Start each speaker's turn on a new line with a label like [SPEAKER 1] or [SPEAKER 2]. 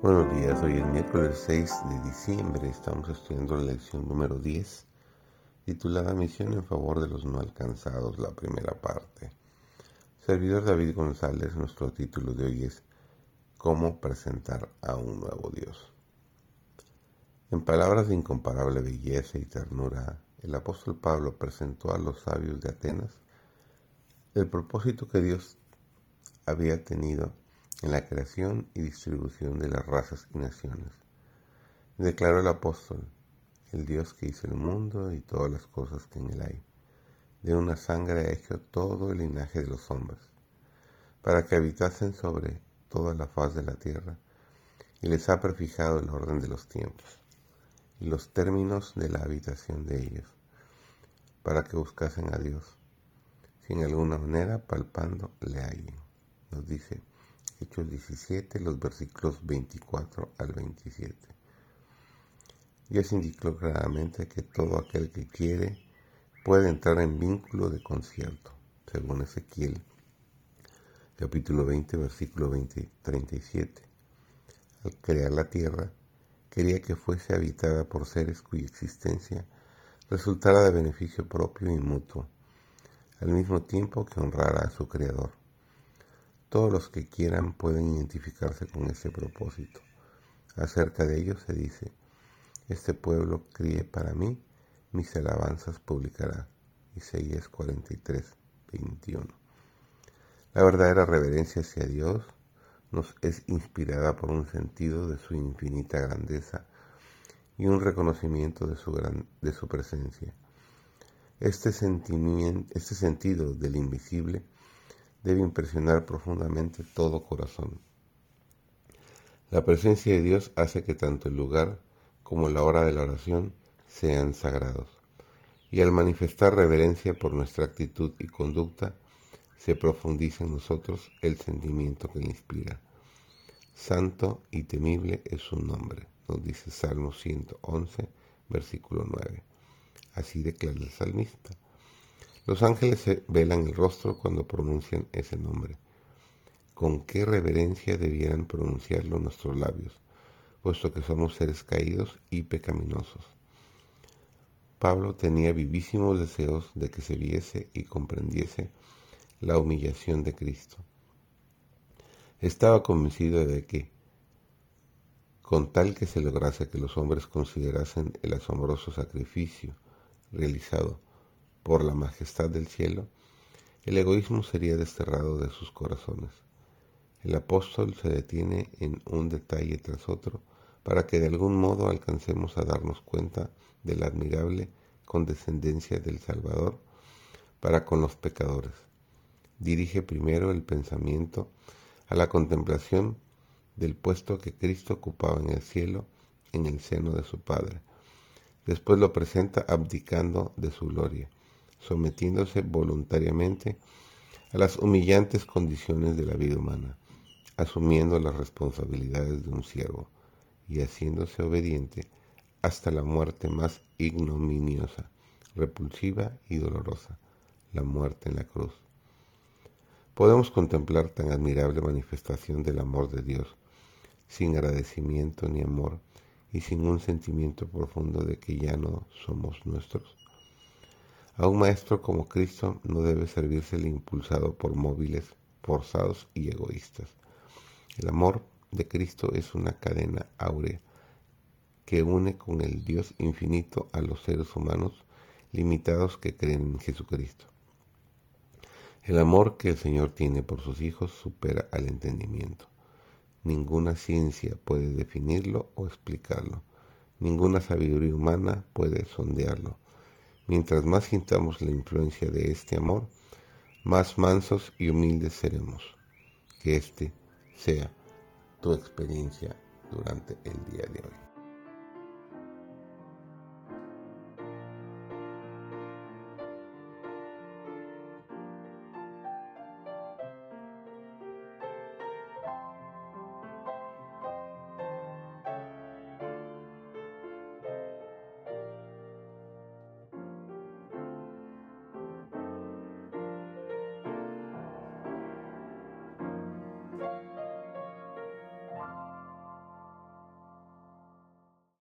[SPEAKER 1] Buenos días, hoy es miércoles 6 de diciembre, estamos estudiando la lección número 10, titulada Misión en favor de los no alcanzados, la primera parte. Servidor David González, nuestro título de hoy es ¿Cómo presentar a un nuevo Dios? En palabras de incomparable belleza y ternura, el apóstol Pablo presentó a los sabios de Atenas el propósito que Dios había tenido en la creación y distribución de las razas y naciones. Declaró el apóstol: el Dios que hizo el mundo y todas las cosas que en él hay, de una sangre ha hecho todo el linaje de los hombres, para que habitasen sobre toda la faz de la tierra, y les ha prefijado el orden de los tiempos y los términos de la habitación de ellos, para que buscasen a Dios, si en alguna manera palpando le hallen. Nos dice Hechos 17, los versículos 24 al 27. Dios indicó claramente que todo aquel que quiere puede entrar en vínculo de concierto, según Ezequiel, capítulo 20, versículo 37. Al crear la tierra, quería que fuese habitada por seres cuya existencia resultara de beneficio propio y mutuo, al mismo tiempo que honrara a su Creador. Todos los que quieran pueden identificarse con ese propósito. Acerca de ellos se dice: este pueblo críe para mí, mis alabanzas publicará. Isaías 43, 21. La verdadera reverencia hacia Dios nos es inspirada por un sentido de su infinita grandeza y un reconocimiento de su presencia. Este sentido del invisible debe impresionar profundamente todo corazón. La presencia de Dios hace que tanto el lugar como la hora de la oración sean sagrados, y al manifestar reverencia por nuestra actitud y conducta, se profundiza en nosotros el sentimiento que le inspira. Santo y temible es su nombre, nos dice Salmo 111, versículo 9. Así declara el salmista. Los ángeles se velan el rostro cuando pronuncian ese nombre. Con qué reverencia debieran pronunciarlo nuestros labios, puesto que somos seres caídos y pecaminosos. Pablo tenía vivísimos deseos de que se viese y comprendiese la humillación de Cristo. Estaba convencido de que, con tal que se lograse que los hombres considerasen el asombroso sacrificio realizado por la majestad del cielo, el egoísmo sería desterrado de sus corazones. El apóstol se detiene en un detalle tras otro para que de algún modo alcancemos a darnos cuenta de la admirable condescendencia del Salvador para con los pecadores. Dirige primero el pensamiento a la contemplación del puesto que Cristo ocupaba en el cielo, en el seno de su Padre. Después lo presenta abdicando de su gloria, sometiéndose voluntariamente a las humillantes condiciones de la vida humana, asumiendo las responsabilidades de un siervo y haciéndose obediente hasta la muerte más ignominiosa, repulsiva y dolorosa, la muerte en la cruz. Podemos contemplar tan admirable manifestación del amor de Dios, sin agradecimiento ni amor y sin un sentimiento profundo de que ya no somos nuestros. A un maestro como Cristo no debe servírsele impulsado por móviles forzados y egoístas. El amor de Cristo es una cadena áurea que une con el Dios infinito a los seres humanos limitados que creen en Jesucristo. El amor que el Señor tiene por sus hijos supera al entendimiento. Ninguna ciencia puede definirlo o explicarlo. Ninguna sabiduría humana puede sondearlo. Mientras más sintamos la influencia de este amor, más mansos y humildes seremos. Que este sea tu experiencia durante el día de hoy.